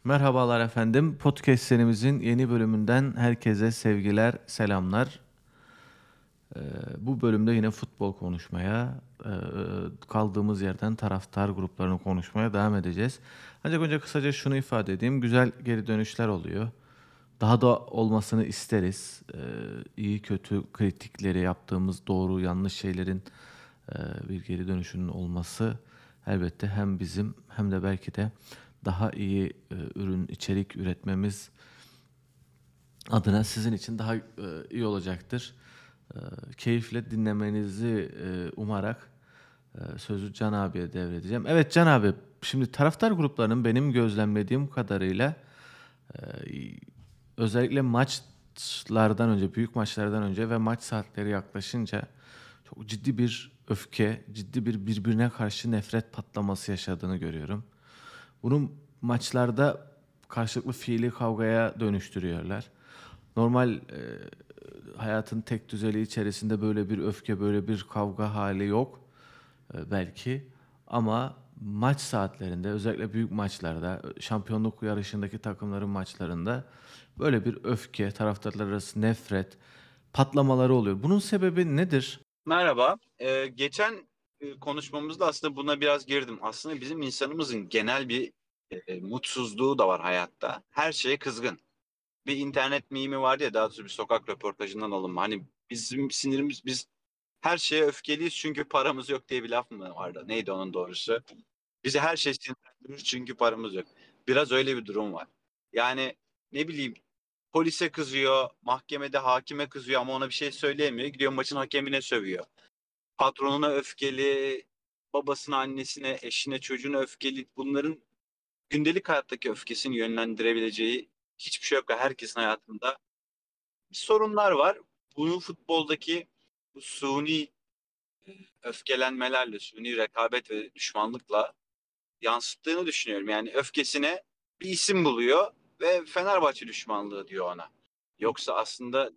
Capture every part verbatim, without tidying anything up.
Merhabalar efendim. Podcast serimizin yeni bölümünden herkese sevgiler, selamlar. Eee, bu bölümde yine futbol konuşmaya, eee, kaldığımız yerden taraftar gruplarını konuşmaya devam edeceğiz. Ancak önce kısaca şunu ifade edeyim. Güzel geri dönüşler oluyor. Daha da olmasını isteriz. Eee iyi kötü kritikleri yaptığımız doğru yanlış şeylerin eee, bir geri dönüşünün olması elbette hem bizim hem de belki de daha iyi e, ürün içerik üretmemiz adına sizin için daha e, iyi olacaktır. E, keyifle dinlemenizi e, umarak e, sözü Can abiye devredeceğim. Evet Can abi, şimdi taraftar gruplarının benim gözlemlediğim kadarıyla e, özellikle maçlardan önce, büyük maçlardan önce ve maç saatleri yaklaşınca çok ciddi bir öfke, ciddi bir birbirine karşı nefret patlaması yaşadığını görüyorum. Bunu maçlarda karşılıklı fiili kavgaya dönüştürüyorlar. Normal e, hayatın tek düzeli içerisinde böyle bir öfke, böyle bir kavga hali yok e, belki. Ama maç saatlerinde, özellikle büyük maçlarda, şampiyonluk yarışındaki takımların maçlarında böyle bir öfke, taraftarlar arası nefret patlamaları oluyor. Bunun sebebi nedir? Merhaba. Ee, geçen e, konuşmamızda aslında buna biraz girdim. Aslında bizim insanımızın genel bir e, mutsuzluğu da var hayatta. Her şeye kızgın. Bir internet mimi vardı ya, daha doğrusu bir sokak röportajından alınma. Hani bizim sinirimiz, biz her şeye öfkeliyiz çünkü paramız yok diye bir laf mı vardı? Neydi onun doğrusu? Bizi her şey sinirlendirir çünkü paramız yok. Biraz öyle bir durum var. Yani ne bileyim, polise kızıyor, mahkemede hakime kızıyor ama ona bir şey söyleyemiyor. Gidiyor maçın hakemine sövüyor. Patronuna öfkeli, babasına, annesine, eşine, çocuğuna öfkeli. Bunların gündelik hayattaki öfkesini yönlendirebileceği hiçbir şey yok. Herkesin hayatında bir sorunlar var. Bunu futboldaki bu suni öfkelenmelerle, suni rekabet ve düşmanlıkla yansıttığını düşünüyorum. Yani öfkesine bir isim buluyor ve Fenerbahçe düşmanlığı diyor ona. Yoksa aslında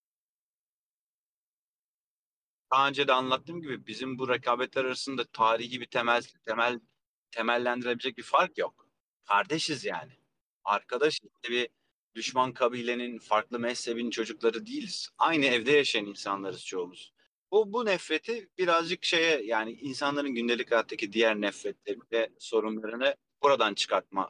daha önce de anlattığım gibi bizim bu rekabetler arasında tarihi bir temel temel temellendirebilecek bir fark yok. Kardeşiz yani. Arkadaşız. Bir düşman kabilenin, farklı mezhebin çocukları değiliz. Aynı evde yaşayan insanlarız çoğumuz. Bu, bu nefreti birazcık şeye, yani insanların gündelik hayattaki diğer nefretleri ve sorunlarını buradan çıkartma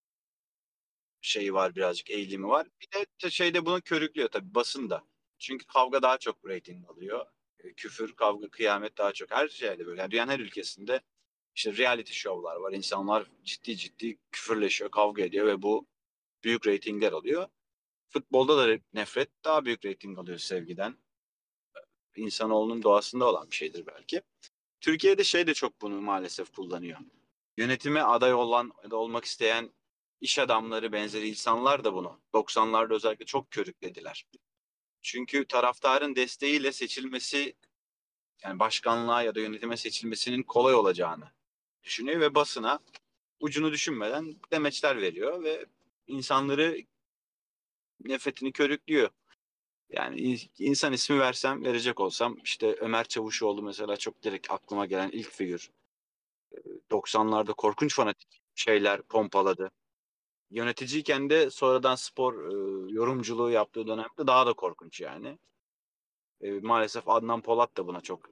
şeyi var, birazcık eğilimi var. Bir de şeyde bunu körüklüyor tabii, basın da. Çünkü kavga daha çok reyting alıyor. E, Küfür, kavga, kıyamet daha çok. Her şeyde böyle. Yani dünyanın her ülkesinde işte reality show'lar var. İnsanlar ciddi ciddi küfürleşiyor, kavga ediyor ve bu büyük reytingler alıyor. Futbolda da nefret daha büyük reyting alıyor sevgiden. İnsanoğlunun doğasında olan bir şeydir belki. Türkiye'de şey de çok bunu maalesef kullanıyor. Yönetime aday olan ya da olmak isteyen iş adamları, benzeri insanlar da bunu doksanlarda özellikle çok körüklediler. Çünkü taraftarın desteğiyle seçilmesi, yani başkanlığa ya da yönetime seçilmesinin kolay olacağını düşünüyor ve basına ucunu düşünmeden demeçler veriyor ve insanları nefretini körüklüyor. Yani insan ismi versem, verecek olsam işte Ömer Çavuşoğlu mesela çok direkt aklıma gelen ilk figür. doksanlarda korkunç fanatik şeyler pompaladı. Yöneticiyken de sonradan spor e, yorumculuğu yaptığı dönemde daha da korkunç yani. E, maalesef Adnan Polat da buna çok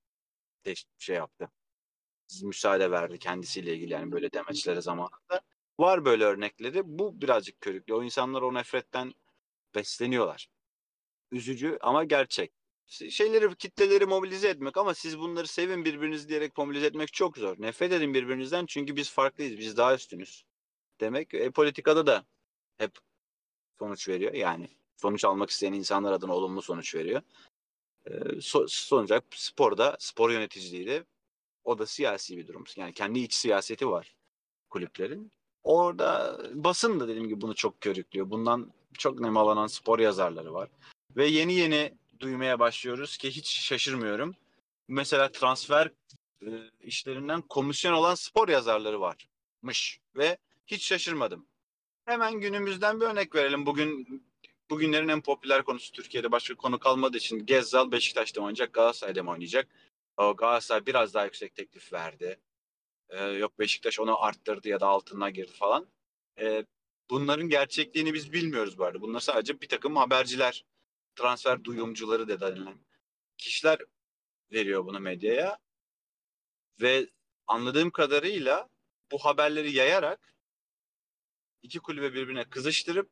e, şey yaptı. Müsaade verdi kendisiyle ilgili, yani böyle demeçlere zamanında. Var böyle örnekleri. Bu birazcık körüklü. O insanlar o nefretten besleniyorlar. Üzücü ama gerçek. Şeyleri, kitleleri mobilize etmek, ama siz bunları sevin birbirinizi diyerek mobilize etmek çok zor. Nefret edin birbirinizden çünkü biz farklıyız, biz daha üstünüz demek. E, politikada da hep sonuç veriyor. Yani sonuç almak isteyen insanlar adına olumlu sonuç veriyor. E, so, sonuç olarak sporda, spor yöneticiliği de, o da siyasi bir durum. Yani kendi iç siyaseti var kulüplerin. Orada basın da dediğim gibi bunu çok körüklüyor. Bundan çok nemalanan spor yazarları var. Ve yeni yeni duymaya başlıyoruz ki hiç şaşırmıyorum. Mesela transfer e, işlerinden komisyon olan spor yazarları varmış ve hiç şaşırmadım. Hemen günümüzden bir örnek verelim. Bugün bugünlerin en popüler konusu, Türkiye'de başka konu kalmadığı için, Gezzal Beşiktaş'ta mı oynayacak, Galatasaray'da mı oynayacak? O Galatasaray biraz daha yüksek teklif verdi. Ee, yok Beşiktaş onu arttırdı ya da altına girdi falan. Ee, Bunların gerçekliğini biz bilmiyoruz bu arada. Bunlar sadece bir takım haberciler, transfer duyumcuları da denilen kişiler veriyor bunu medyaya ve anladığım kadarıyla bu haberleri yayarak iki kulübe birbirine kızıştırıp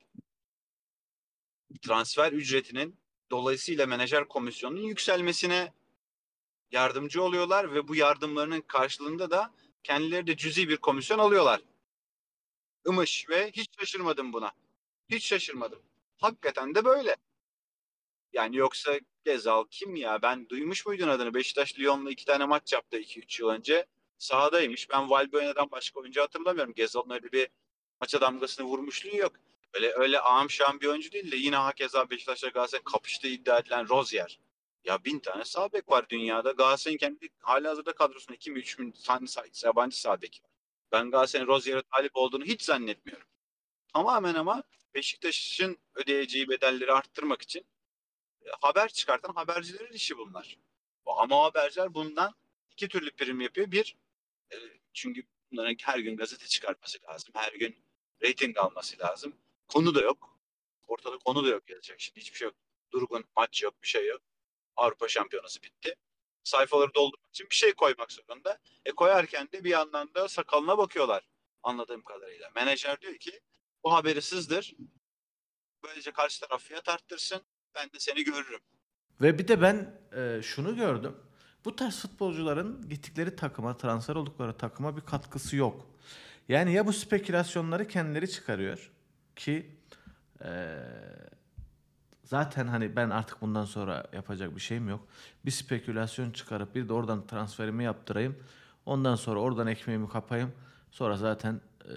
transfer ücretinin dolayısıyla menajer komisyonunun yükselmesine yardımcı oluyorlar ve bu yardımlarının karşılığında da kendileri de cüzi bir komisyon alıyorlar. Imış ve hiç şaşırmadım buna. Hiç şaşırmadım. Hakikaten de böyle. Yani yoksa Gezal kim ya? Ben duymuş muydun adını? Beşiktaş Lyon'la iki tane maç yaptı iki üç yıl önce. Sahadaymış. Ben Valbuena'dan başka oyuncu hatırlamıyorum. Gezal'ın öyle bir maça damgasını vurmuşluğu yok. Öyle öyle ağam şahım bir oyuncu değil de yine hakeza Beşiktaş'la Galatasaray'ın kapıştığı iddia edilen Rozier. Ya bin tane sağ bek var dünyada. Galatasaray'ın kendi halihazırda kadrosunda iki mi üç bin tane yabancı sağ bek var. Ben Galatasaray'ın Rozier'e talip olduğunu hiç zannetmiyorum. Tamamen ama Beşiktaş'ın ödeyeceği bedelleri arttırmak için haber çıkartan habercilerin işi bunlar. Ama haberciler bundan iki türlü prim yapıyor. Bir, e, çünkü bunların her gün gazete çıkartması lazım. Her gün reyting alması lazım. Konu da yok. Ortada konu da yok gelecek. Şimdi hiçbir şey yok. Durgun maç yok, bir şey yok. Avrupa Şampiyonası bitti. Sayfaları doldurmak için bir şey koymak zorunda. E koyarken de bir yandan da sakalına bakıyorlar anladığım kadarıyla. Menajer diyor ki bu haberi sızdır. Böylece karşı taraf fiyat arttırsın. Ben de seni görürüm. Ve bir de ben e, şunu gördüm. Bu tarz futbolcuların gittikleri takıma, transfer oldukları takıma bir katkısı yok. Yani ya bu spekülasyonları kendileri çıkarıyor ki e, zaten hani ben artık bundan sonra yapacak bir şeyim yok. Bir spekülasyon çıkarıp bir de oradan transferimi yaptırayım. Ondan sonra oradan ekmeğimi kapayım. Sonra zaten e,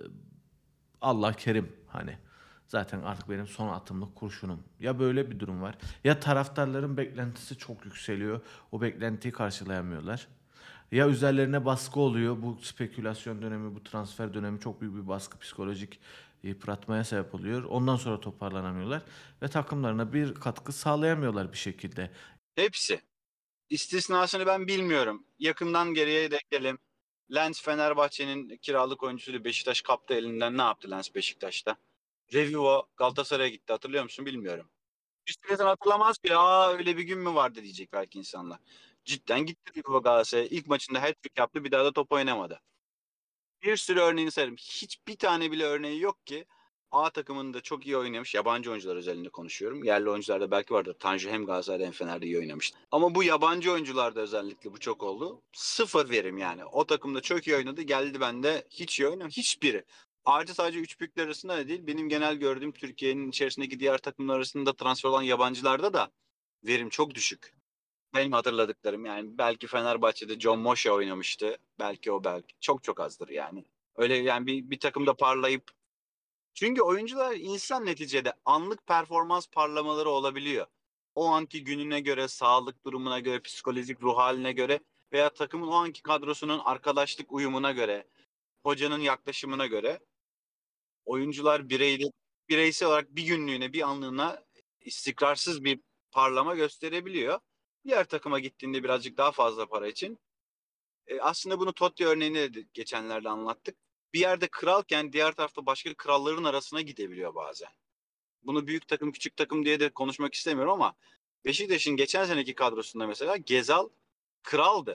Allah kerim hani. Zaten artık benim son atımlık kurşunum. Ya böyle bir durum var. Ya taraftarların beklentisi çok yükseliyor. O beklentiyi karşılayamıyorlar. Ya üzerlerine baskı oluyor. Bu spekülasyon dönemi, bu transfer dönemi çok büyük bir baskı, psikolojik yıpratmaya sebep oluyor. Ondan sonra toparlanamıyorlar ve takımlarına bir katkı sağlayamıyorlar bir şekilde. Hepsi. İstisnasını ben bilmiyorum. Yakından geriye de gidelim. Lens Fenerbahçe'nin kiralık oyuncusuyla Beşiktaş kaptı elinden. Ne yaptı Lens Beşiktaş'ta? Revivo Galatasaray'a gitti. Hatırlıyor musun? Bilmiyorum. Üstüne hatırlamaz ki. Aa öyle bir gün mü vardı diyecek belki insanlar. Cidden gitti Revivo Galatasaray'a. İlk maçında hat-trick yaptı. Bir daha da top oynamadı. Bir sürü örneğini sayarım. Hiçbir tane bile örneği yok ki A takımında çok iyi oynamış. Yabancı oyuncular özelinde konuşuyorum. Yerli oyuncularda belki vardır. Tanju hem Galatasaray'da hem Fener'de iyi oynamıştı. Ama bu yabancı oyuncularda özellikle bu çok oldu. Sıfır verim yani. O takımda çok iyi oynadı. Geldi bende hiç iyi oynamadı. Hiçbiri. Ayrıca sadece üç büyükler arasında da değil. Benim genel gördüğüm Türkiye'nin içerisindeki diğer takımlar arasında transfer olan yabancılarda da verim çok düşük. Benim hatırladıklarım yani belki Fenerbahçe'de John Moşe oynamıştı. Belki o belki. Çok çok azdır yani. Öyle yani bir, bir takımda parlayıp çünkü oyuncular insan neticede anlık performans parlamaları olabiliyor. O anki gününe göre, sağlık durumuna göre, psikolojik ruh haline göre veya takımın o anki kadrosunun arkadaşlık uyumuna göre, hocanın yaklaşımına göre oyuncular bireyli, bireysel olarak bir günlüğüne, bir anlığına istikrarsız bir parlama gösterebiliyor. Diğer takıma gittiğinde birazcık daha fazla para için. E, aslında bunu Totti örneğini de geçenlerde anlattık. Bir yerde kralken diğer tarafta başka kralların arasına gidebiliyor bazen. Bunu büyük takım küçük takım diye de konuşmak istemiyorum ama Beşiktaş'ın geçen seneki kadrosunda mesela Gezal kraldı.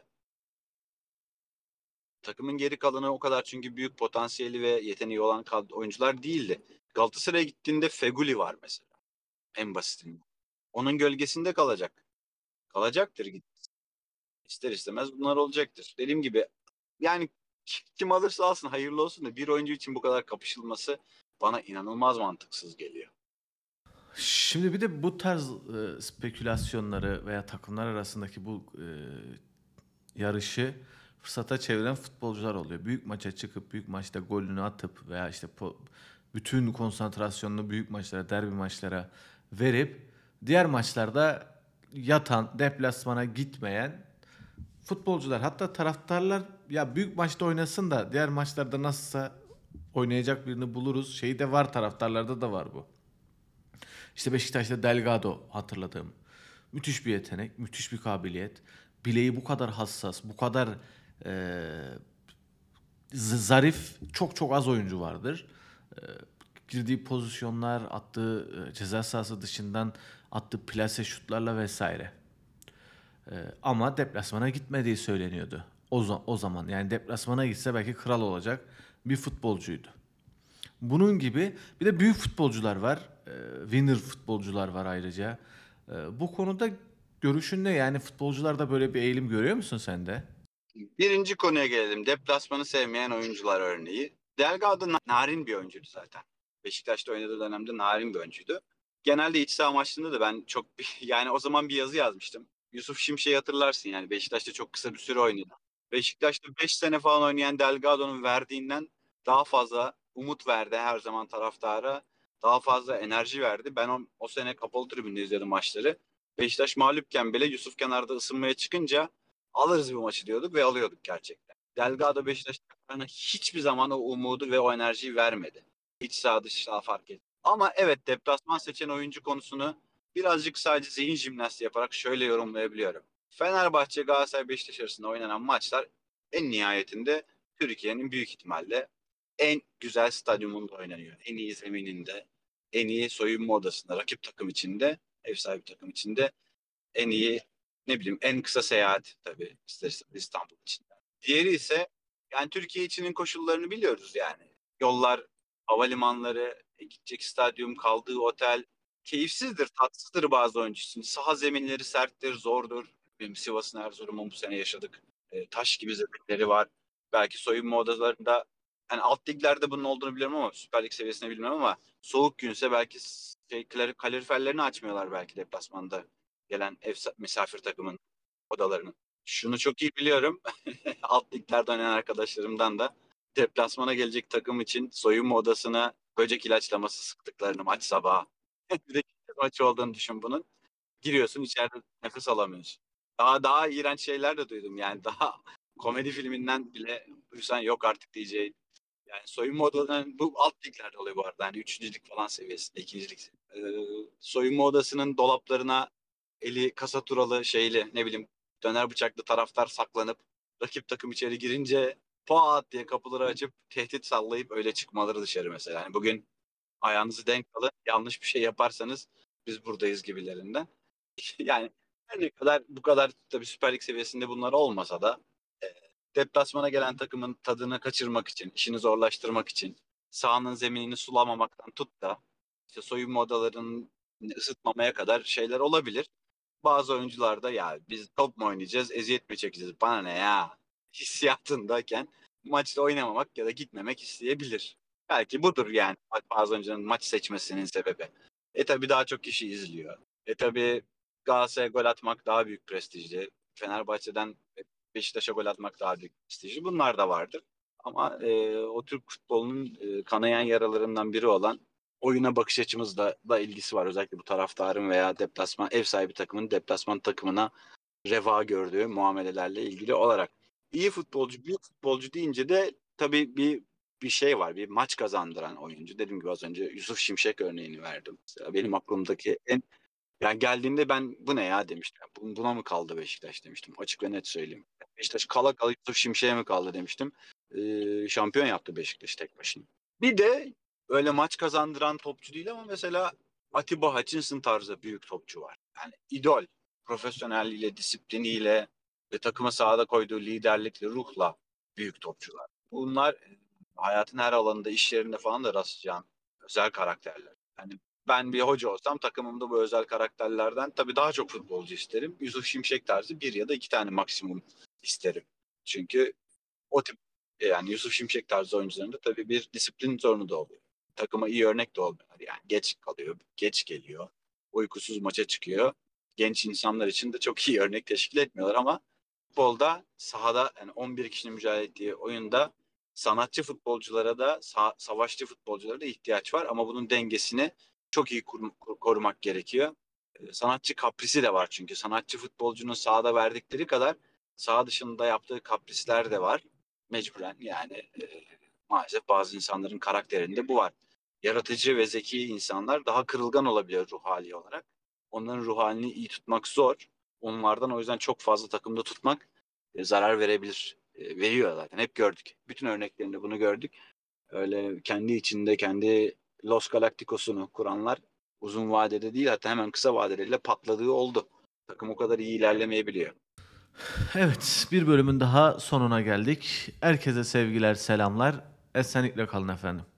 Takımın geri kalanı o kadar çünkü büyük potansiyeli ve yeteneği olan oyuncular değildi. Galatasaray'a gittiğinde Feguli var mesela. En basitinden. Onun gölgesinde kalacak. Kalacaktır. İster istemez bunlar olacaktır. Dediğim gibi yani kim alırsa alsın hayırlı olsun da bir oyuncu için bu kadar kapışılması bana inanılmaz mantıksız geliyor. Şimdi bir de bu tarz e, spekülasyonları veya takımlar arasındaki bu e, yarışı fırsata çeviren futbolcular oluyor. Büyük maça çıkıp büyük maçta golünü atıp veya işte po- bütün konsantrasyonunu büyük maçlara, derbi maçlara verip diğer maçlarda yatan, deplasmana gitmeyen futbolcular. Hatta taraftarlar ya büyük maçta oynasın da diğer maçlarda nasılsa oynayacak birini buluruz. Şeyi de var, taraftarlarda da var bu. İşte Beşiktaş'ta Delgado hatırladığım. Müthiş bir yetenek, müthiş bir kabiliyet. Bileği bu kadar hassas, bu kadar e, zarif çok çok az oyuncu vardır. E, girdiği pozisyonlar, attığı e, ceza sahası dışından attığı plase şutlarla vesaire. E, ama deplasmana gitmediği söyleniyordu. O, za- o zaman yani deplasmana gitse belki kral olacak bir futbolcuydu. Bunun gibi bir de büyük futbolcular var. E, winner futbolcular var ayrıca. E, bu konuda görüşün ne? Yani futbolcularda böyle bir eğilim görüyor musun sen de? Birinci konuya gelelim. Deplasmanı sevmeyen oyuncular örneği. Delgado na- narin bir oyuncuydu zaten. Beşiktaş'ta oynadığı dönemde narin bir oyuncuydu. Genelde iç saha maçlarında da ben çok bir, yani o zaman bir yazı yazmıştım. Yusuf Şimşek'i hatırlarsın yani Beşiktaş'ta çok kısa bir süre oynadı. Beşiktaş'ta beş sene falan oynayan Delgado'nun verdiğinden daha fazla umut verdi her zaman taraftara. Daha fazla enerji verdi. Ben o, o sene kapalı tribünde izledim maçları. Beşiktaş mağlupken bile Yusuf kenarda ısınmaya çıkınca alırız bu maçı diyorduk ve alıyorduk gerçekten. Delgado Beşiktaş takımlarına hiçbir zaman o umudu ve o enerjiyi vermedi. İç saha dış saha fark etti. Ama evet deplasman seçen oyuncu konusunu birazcık sadece zihin jimnastiği yaparak şöyle yorumlayabiliyorum. Fenerbahçe, Galatasaray, Beşiktaş arasında oynanan maçlar en nihayetinde Türkiye'nin büyük ihtimalle en güzel stadyumunda oynanıyor. En iyi zemininde, en iyi soyunma odasında, rakip takım içinde, ev sahibi takım içinde en iyi ne bileyim en kısa seyahat tabii ister istemez İstanbul için. Diğeri ise yani Türkiye içinin koşullarını biliyoruz yani. Yollar, havalimanları, e, gidecek stadyum, kaldığı otel keyifsizdir, tatsızdır bazı oyuncu için. Saha zeminleri serttir, zordur. Benim Sivas'ın Erzurum'un bu sene yaşadık. E, taş gibi zeminleri var. Belki soyunma odalarında yani alt liglerde bunun olduğunu biliyorum ama Süper Lig seviyesinde bilmiyorum ama soğuk günse belki şey, kaloriferlerini açmıyorlar belki deplasmanda gelen ev misafir takımın odalarını. Şunu çok iyi biliyorum. Alt liglerde oynayan arkadaşlarımdan da deplasmana gelecek takım için soyunma odasına böcek ilaçlaması sıktıklarını maç sabahı. Bir de maçı olduğunu düşün bunun. Giriyorsun içeride nefes alamıyorsun. Daha daha iğrenç şeyler de duydum. Yani daha komedi filminden bile duysan yok artık diyeceğin. Yani soyunma odalarının bu alt liglerde oluyor bu arada. Yani üçüncülük falan seviyesinde, ikincilik. Ee, soyunma odasının dolaplarına eli kasaturalı şeyli ne bileyim döner bıçaklı taraftar saklanıp rakip takım içeri girince pat diye kapıları açıp tehdit sallayıp öyle çıkmaları dışarı mesela. Yani bugün ayağınızı denk alın yanlış bir şey yaparsanız biz buradayız gibilerinden. Yani her ne kadar bu kadar tabii Süper Lig seviyesinde bunlar olmasa da e, deplasmana gelen takımın tadını kaçırmak için, işini zorlaştırmak için sahanın zeminini sulamamaktan tut da işte soyunma odalarının ısıtmamaya kadar şeyler olabilir. Bazı oyuncular da ya biz top mu oynayacağız, eziyet mi çekeceğiz, bana ne ya hissiyatındayken maçta oynamamak ya da gitmemek isteyebilir. Belki budur yani bazı oyuncuların maç seçmesinin sebebi. E tabi daha çok kişi izliyor. E tabi Galatasaray'a gol atmak daha büyük prestijli. Fenerbahçe'den Beşiktaş'a gol atmak daha büyük prestijli. Bunlar da vardır. Ama e, o Türk futbolunun e, kanayan yaralarından biri olan oyuna bakış açımızla da ilgisi var. Özellikle bu taraftarın veya deplasman ev sahibi takımın deplasman takımına reva gördüğü muamelelerle ilgili olarak. İyi futbolcu, büyük futbolcu deyince de tabii bir bir şey var. Bir maç kazandıran oyuncu. Dediğim gibi az önce Yusuf Şimşek örneğini verdim. Mesela benim aklımdaki en yani geldiğinde ben bu ne ya demiştim. Bu- Buna mı kaldı Beşiktaş demiştim. Açık ve net söyleyeyim. Beşiktaş kala kala Yusuf Şimşek'e mi kaldı demiştim. Ee, şampiyon yaptı Beşiktaş tek başına. Bir de öyle maç kazandıran topçu değil ama mesela Atiba Hutchinson tarzı büyük topçu var. Yani idol. Profesyonelliğiyle, disipliniyle ve takıma sahada koyduğu liderlikle, ruhla büyük topçular. Bunlar e, hayatın her alanında, iş yerinde falan da rastlayacağın özel karakterler. Yani ben bir hoca olsam takımımda bu özel karakterlerden tabii daha çok futbolcu isterim. Yusuf Şimşek tarzı bir ya da iki tane maksimum isterim. Çünkü o tip e, yani Yusuf Şimşek tarzı oyuncuların da tabii bir disiplin sorunu da oluyor. Takıma iyi örnek de olmuyorlar. Yani geç kalıyor, geç geliyor, uykusuz maça çıkıyor. Genç insanlar için de çok iyi örnek teşkil etmiyorlar ama futbolda sahada yani on bir kişinin mücadele ettiği oyunda sanatçı futbolculara da sa- savaşçı futbolculara da ihtiyaç var ama bunun dengesini çok iyi kur- kur- korumak gerekiyor. Ee, sanatçı kaprisi de var çünkü sanatçı futbolcunun sahada verdikleri kadar saha dışında yaptığı kaprisler de var. Mecburen yani e, maalesef bazı insanların karakterinde bu var. Yaratıcı ve zeki insanlar daha kırılgan olabiliyor ruh hali olarak. Onların ruh halini iyi tutmak zor. Onlardan o yüzden çok fazla takımda tutmak e, zarar verebilir. E, veriyor zaten. Hep gördük. Bütün örneklerinde bunu gördük. Öyle kendi içinde, kendi Los Galacticos'unu kuranlar uzun vadede değil, hatta hemen kısa vadeleriyle patladığı oldu. Takım o kadar iyi ilerlemeyebiliyor. Evet, bir bölümün daha sonuna geldik. Herkese sevgiler, selamlar. Esenlikle kalın efendim.